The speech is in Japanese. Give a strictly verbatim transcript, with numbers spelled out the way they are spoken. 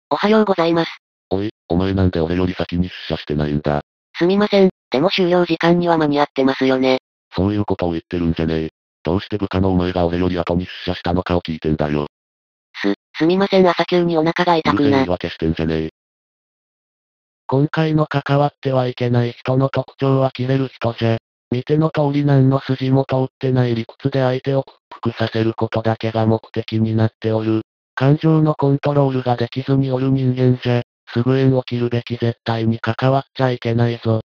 おはようございます。 おい、お前なんで俺より先に出社してないんだ。 すみません、でも終了時間には間に合ってますよね。 そういうことを言ってるんじゃねえ。どうして部下のお前が俺より後に出社したのかを聞いてんだよ。 す、すみません朝急にお腹がう痛くな。 るせえ言い訳してんじゃねえ。今回の関わってはいけない人の特徴は切れる人じゃ。見ての通り何の筋も通ってない理屈で相手を屈服させることだけが目的になっておる。感情のコントロールができずにおる人間じゃ、すぐ縁を切るべき絶対に関わっちゃいけないぞ。